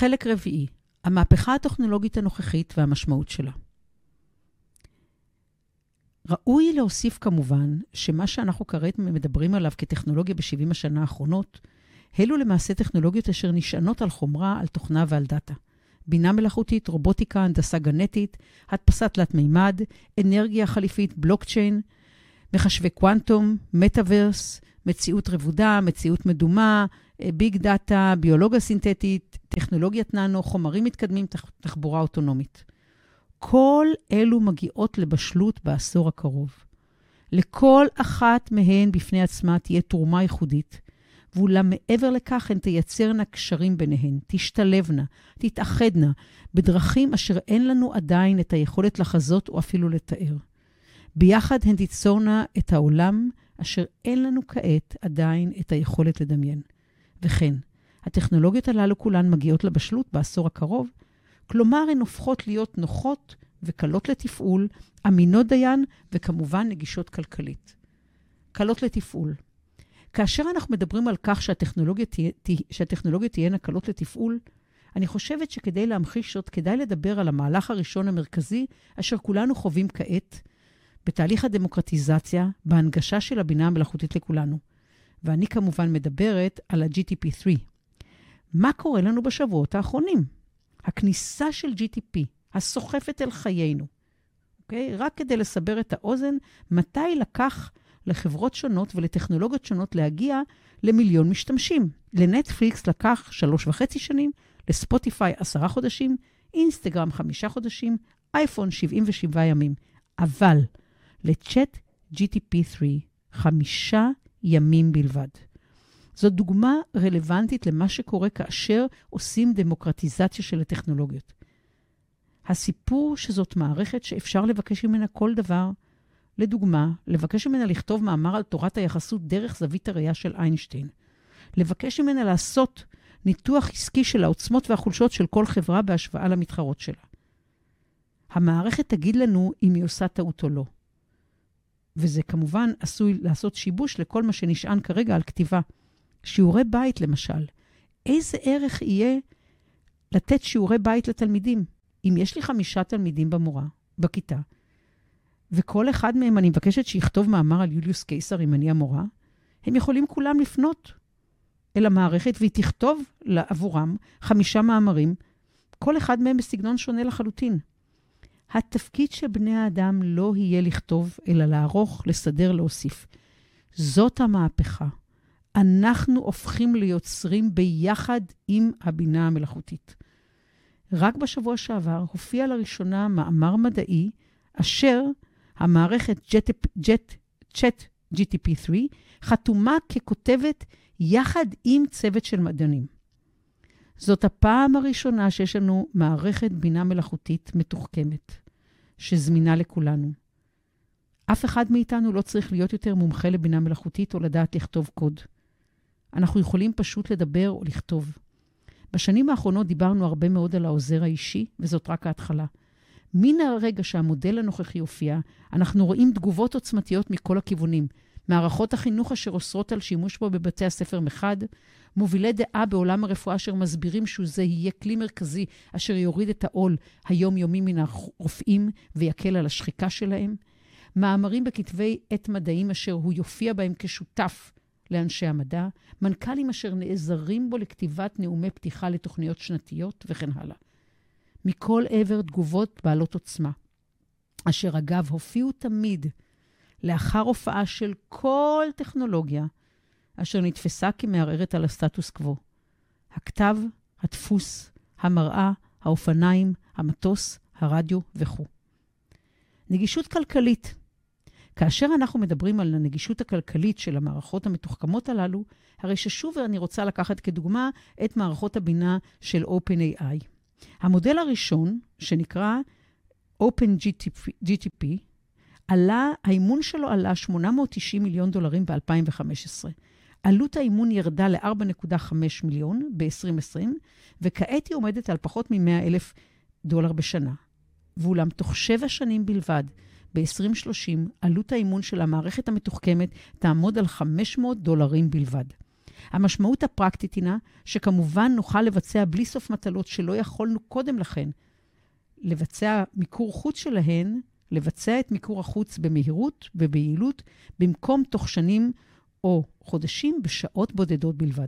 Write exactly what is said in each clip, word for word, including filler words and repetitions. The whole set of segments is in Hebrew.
חלק רביעי, המהפכה הטכנולוגית הנוכחית והמשמעות שלה. ראוי להוסיף כמובן שמה שאנחנו כעת מדברים עליו כטכנולוגיה ב-שבעים השנה האחרונות, אלו למעשה טכנולוגיות אשר נשענות על חומרה, על תוכנה ועל דאטה. בינה מלאכותית, רובוטיקה, הנדסה גנטית, הדפסת תלת מימד, אנרגיה חליפית, בלוקצ'יין, מחשבי קוונטום, מטאברס, מציאות רבודה, מציאות מדומה, ביג דאטה, ביולוגיה סינתטית, טכנולוגיית ננו, חומרים מתקדמים, תחבורה אוטונומית. כל אלו מגיעות לבשלות בעשור הקרוב. לכל אחת מהן בפני עצמה תהיה תרומה ייחודית, ואולם מעבר לכך הן תייצרנה קשרים ביניהן, תשתלבנה, תתאחדנה, בדרכים אשר אין לנו עדיין את היכולת לחזות או אפילו לתאר. ביחד הן תיצורנה את העולם אשר אין לנו כעת עדיין את היכולת לדמיין. וכן, הטכנולוגיות הללו כולן מגיעות לבשלות בעשור הקרוב, כלומר הן הופכות להיות נוחות וקלות לתפעול, אמינות דיין וכמובן נגישות כלכלית. קלות לתפעול. כאשר אנחנו מדברים על כך שהטכנולוגיה תהיה, שהטכנולוגיה תהיינה קלות לתפעול, אני חושבת שכדי להמחיש זאת, כדאי לדבר על המהלך הראשון המרכזי, אשר כולנו חווים כעת, בתהליך הדמוקרטיזציה, בהנגשה של הבינה המלאכותית לכולנו. ואני כמובן מדברת על ה-ג'י טי פי שלוש. מה קורה לנו בשבועות האחרונים? הכניסה של ג'י טי פי, הסוחפת אל חיינו. אוקיי? רק כדי לסבר את האוזן, מתי לקח לחברות שונות ולטכנולוגיות שונות להגיע למיליון משתמשים. לנטפליקס לקח שלוש וחצי שנים, לספוטיפיי עשרה חודשים, אינסטגרם חמישה חודשים, אייפון שבעים ושבעה ימים. אבל לצ'אט ג'י טי פי שלוש חמישה ימים בלבד. זו דוגמה רלוונטית למה שקורה כאשר עושים דמוקרטיזציה של הטכנולוגיות. הסיפור שזאת מערכת שאפשר לבקש ממנה כל דבר, לדוגמה, לבקש ממנה לכתוב מאמר על תורת היחסות דרך זווית הראייה של איינשטיין. לבקש ממנה לעשות ניתוח עסקי של העוצמות והחולשות של כל חברה בהשוואה למתחרות שלה. המערכת תגיד לנו אם היא עושה טעות או לא. וזה כמובן עשוי לעשות שיבוש לכל מה שנשען כרגע על כתיבה. שיעורי בית למשל. איזה ערך יהיה לתת שיעורי בית לתלמידים? אם יש לי חמישה תלמידים במורה, בכיתה, וכל אחד מהם אני מבקשת שיכתוב מאמר על יוליוס קיסר אם אני המורה, הם יכולים כולם לפנות אל המערכת והיא תכתוב עבורם חמישה מאמרים, כל אחד מהם בסגנון שונה לחלוטין. התפקיד של בני האדם לא יהיה לכתוב, אלא לערוך, לסדר, להוסיף. זאת המהפכה. אנחנו הופכים ליוצרים ביחד עם הבינה המלאכותית. רק בשבוע שעבר הופיע לראשונה מאמר מדעי, אשר המערכת צ'אט ג'י טי פי שלוש חתומה ככותבת יחד עם צוות של מדענים. זאת הפעם הראשונה שיש לנו מערכת בינה מלאכותית מתוחכמת, שזמינה לכולנו. אף אחד מאיתנו לא צריך להיות יותר מומחה לבינה מלאכותית או לדעת לכתוב קוד. אנחנו יכולים פשוט לדבר או לכתוב. בשנים האחרונות דיברנו הרבה מאוד על העוזר האישי, וזאת רק ההתחלה. מן הרגע שהמודל הנוכחי הופיע, אנחנו רואים תגובות עוצמתיות מכל הכיוונים. מערכות החינוך אשר אוסרות על שימוש בו בבתי הספר מחד, מובילי דעה בעולם הרפואה אשר מסבירים שזה יהיה כלי מרכזי אשר יוריד את העול היומיומי מן הרופאים ויקל על השחיקה שלהם. מאמרים בכתבי עת מדעים אשר הוא יופיע בהם כשותף לאנשי המדע, מנכ"לים אשר נעזרים בו לכתיבת נאומי פתיחה לתוכניות שנתיות וכן הלאה. מכל עבר תגובות בעלות עוצמה, אשר אגב הופיעו תמיד לאחר הופעה של כל טכנולוגיה, אשר נתפסה כמערערת על הסטטוס קוו. הכתב, הדפוס, המראה, האופניים, המטוס, הרדיו וכו'. נגישות כלכלית. כאשר אנחנו מדברים על הנגישות הכלכלית של המערכות המתוחכמות הללו, הרי ששוב אני רוצה לקחת כדוגמה את מערכות הבינה של OpenAI. המודל הראשון, שנקרא OpenGTP, עלה, האימון שלו עלה שמונה מאות ותשעים מיליון דולרים ב-אלפיים וחמש עשרה. עלות האימון ירדה ל-ארבע נקודה חמש מיליון ב-עשרים עשרים, וכעת היא עומדת על פחות מ-מאה אלף דולר בשנה. ואולם תוך שבע שנים בלבד, ב-עשרים שלושים, עלות האימון של המערכת המתוחכמת תעמוד על חמש מאות דולרים בלבד. המשמעות הפרקטית הינה שכמובן נוכל לבצע בלי סוף מטלות שלא יכולנו קודם לכן. לבצע מיקור חוץ שלהן, לבצע את מיקור החוץ במהירות וביעילות, במקום תוך שנים או חודשים בשעות בודדות בלבד.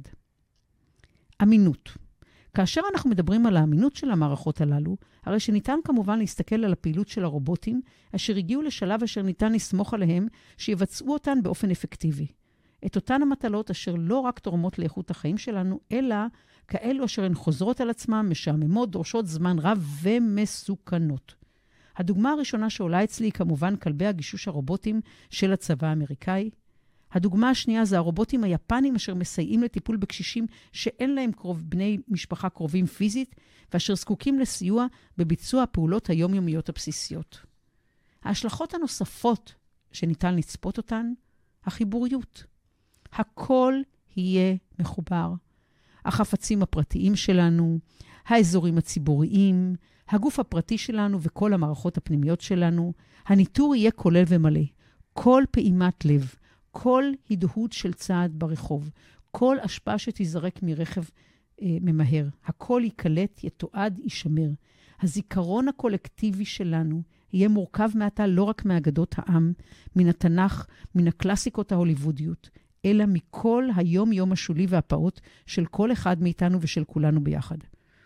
אמינות. כאשר אנחנו מדברים על האמינות של המערכות הללו, הרי שניתן כמובן להסתכל על הפעילות של הרובוטים, אשר הגיעו לשלב אשר ניתן לסמוך עליהם שיבצעו אותן באופן אפקטיבי. את אותן המטלות אשר לא רק תורמות לאיכות החיים שלנו, אלא כאלו אשר הן חוזרות על עצמם, משעממות, דורשות זמן רב ומסוכנות. הדוגמה הראשונה שעולה אצלי היא כמובן כלבי הגישוש הרובוטים של הצבא האמריקאי. הדוגמה השנייה זה הרובוטים היפנים אשר מסייעים לטיפול בקשישים שאין להם קרוב, בני משפחה קרובים פיזית, ואשר זקוקים לסיוע בביצוע הפעולות היומיומיות הבסיסיות. ההשלכות הנוספות שניתן לצפות אותן, החיבוריות. הכל יהיה מחובר. החפצים הפרטיים שלנו, האזורים הציבוריים, הגוף הפרטי שלנו וכל המערכות הפנימיות שלנו, הניטור יהיה כולל ומלא. כל פעימת לב, כל הדהוד של צעד ברחוב, כל השפעה שתזרק מרכב אה, ממהר, הכל יקלט, יתועד, יישמר. הזיכרון הקולקטיבי שלנו יהיה מורכב מעתה לא רק מאגדות העם, מן התנ"ך, מן הקלאסיקות ההוליוודיות, אלא מכל היום-יום השולי והפעוט של כל אחד מאיתנו ושל כולנו ביחד.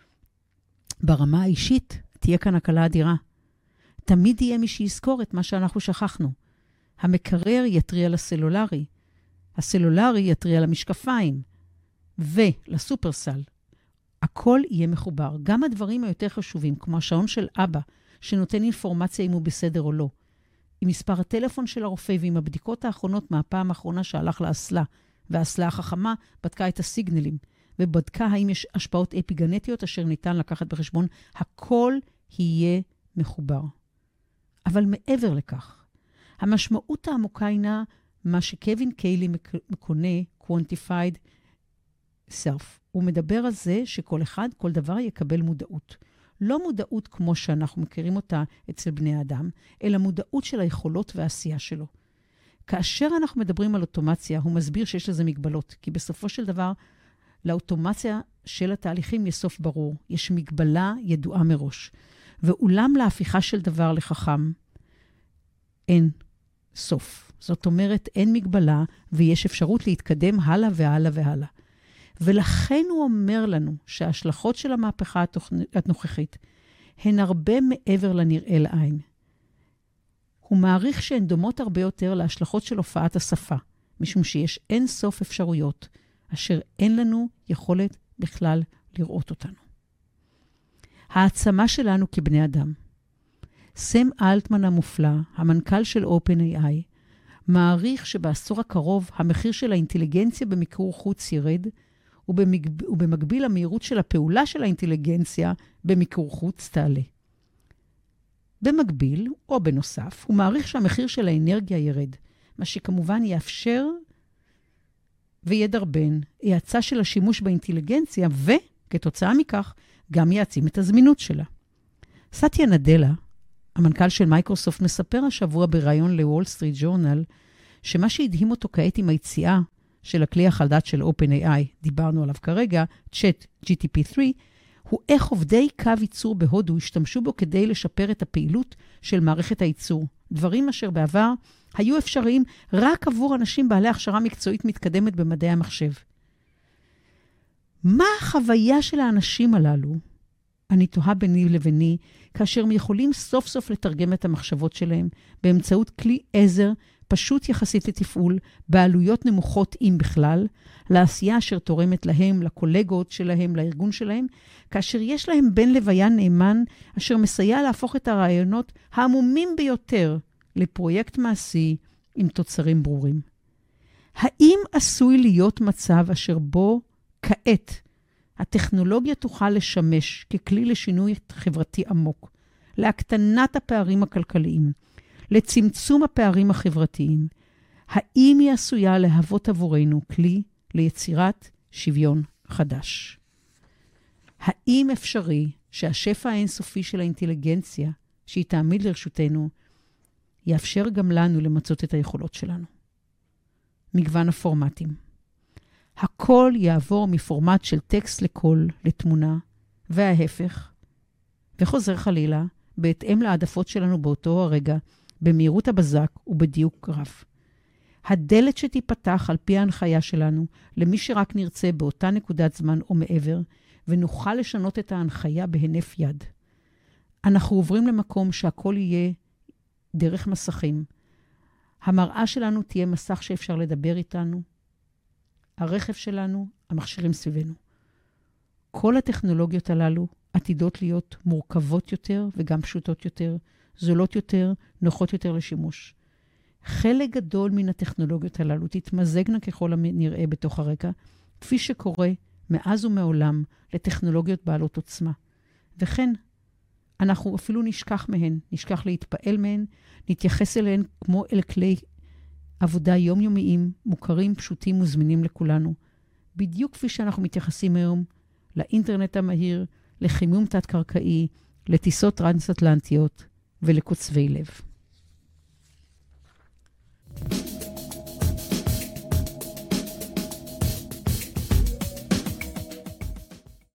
ברמה האישית תהיה כאן הקלה אדירה. תמיד יהיה מי שיזכור את מה שאנחנו שכחנו. המקרר יטריע לסלולרי, הסלולרי יטריע למשקפיים, ולסופרסל. הכל יהיה מחובר. גם הדברים היותר חשובים, כמו השעון של אבא, שנותן אינפורמציה אם הוא בסדר או לא, עם מספר הטלפון של הרופא ועם הבדיקות האחרונות מהפעם האחרונה שהלך לאסלה, והאסלה החכמה בדקה את הסיגנלים, ובדקה האם יש השפעות אפיגנטיות אשר ניתן לקחת בחשבון, הכל יהיה מחובר. אבל מעבר לכך, המשמעות העמוקה הינה מה שקווין קיילי מכונה quantified self. הוא מדבר על זה שכל אחד, כל דבר יקבל מודעות. לא מודעות כמו שאנחנו מכירים אותה אצל בני האדם, אלא מודעות של היכולות והעשייה שלו. כאשר אנחנו מדברים על אוטומציה, הוא מסביר שיש לזה מגבלות, כי בסופו של דבר, לאוטומציה של התהליכים יש סוף ברור. יש מגבלה ידועה מראש. ואולם להפיכה של דבר לחכם, אין סוף. זאת אומרת, אין מגבלה, ויש אפשרות להתקדם הלאה והלאה והלאה. ולכן הוא אומר לנו שההשלכות של המהפכה הנוכחית הן הרבה מעבר לנראה לעין. הוא מעריך שהן דומות הרבה יותר להשלכות של הופעת השפה, משום שיש אין סוף אפשרויות, אשר אין לנו יכולת בכלל לראות אותנו. העצמה שלנו כבני אדם. סם אלטמן המופלא, המנכ"ל של OpenAI, מעריך שבעשור הקרוב המחיר של האינטליגנציה במיקור חוץ ירד, ובמקביל, ובמקביל המהירות של הפעולה של האינטליגנציה במיקור חוץ תעלה. במקביל, או בנוסף, הוא מעריך שהמחיר של האנרגיה ירד, מה שכמובן יאפשר וידרבן האצה של השימוש באינטליגנציה, וכתוצאה מכך גם יעצים את הזמינות שלה. סטיה נדלה, המנכ"ל של מייקרוסופט, מספר השבוע בראיון לוול סטריט ג'ורנל, שמה שהדהים אותו כעת עם היציאה של הכלי החלדש של OpenAI, דיברנו עליו כרגע, צ'אט ג'י טי פי שלוש, הוא איך עובדי קו ייצור בהודו השתמשו בו כדי לשפר את הפעילות של מערכת הייצור. דברים אשר בעבר היו אפשריים רק עבור אנשים בעלי הכשרה מקצועית מתקדמת במדעי המחשב. מה החוויה של האנשים הללו? אני תוהה ביני לביני, כאשר הם יכולים סוף סוף לתרגם את המחשבות שלהם באמצעות כלי עזר פשוט יחסית לתפעול, בעלויות נמוכות אם בכלל, לעשייה אשר תורמת להם, לקולגות שלהם, לארגון שלהם, כאשר יש להם בן לוויה נאמן, אשר מסייע להפוך את הרעיונות העמומים ביותר לפרויקט מעשי עם תוצרים ברורים. האם עשוי להיות מצב אשר בו כעת הטכנולוגיה תוכל לשמש ככלי לשינוי חברתי עמוק, להקטנת הפערים הכלכליים, לצמצום הפערים החברתיים? האם היא עשויה להוות עבורנו כלי ליצירת שוויון חדש? האם אפשרי שהשפע האינסופי של האינטליגנציה שהיא תעמיד לרשותנו יאפשר גם לנו למצות את היכולות שלנו? מגוון הפורמטים. הכל יעבור מפורמט של טקסט לקול, לתמונה, וההפך, וחוזר חלילה, בהתאם לעדפות שלנו באותו הרגע, במהירות הבזק ובדיוק רב. הדלת שתיפתח על פי ההנחיה שלנו, למי שרק נרצה באותה נקודת זמן או מעבר, ונוכל לשנות את ההנחיה בהינף יד. אנחנו עוברים למקום שהכל יהיה דרך מסכים. המראה שלנו תהיה מסך שאפשר לדבר איתנו, הרכב שלנו, המכשירים סביבנו. כל הטכנולוגיות הללו עתידות להיות מורכבות יותר וגם פשוטות יותר, זולות יותר, נוחות יותר לשימוש. חלק גדול מן הטכנולוגיות הללו תתמזגנה ככל הנראה בתוך הרקע, כפי שקורה מאז ומעולם לטכנולוגיות בעלות עוצמה. וכן, אנחנו אפילו נשכח מהן, נשכח להתפעל מהן, נתייחס אליהן כמו אל כלי עבודה יומיומיים, מוכרים, פשוטים וזמינים לכולנו. בדיוק כפי שאנחנו מתייחסים היום לאינטרנט המהיר, לחימום תת-קרקעי, לטיסות טרנס-אטלנטיות ולקוצבי לב.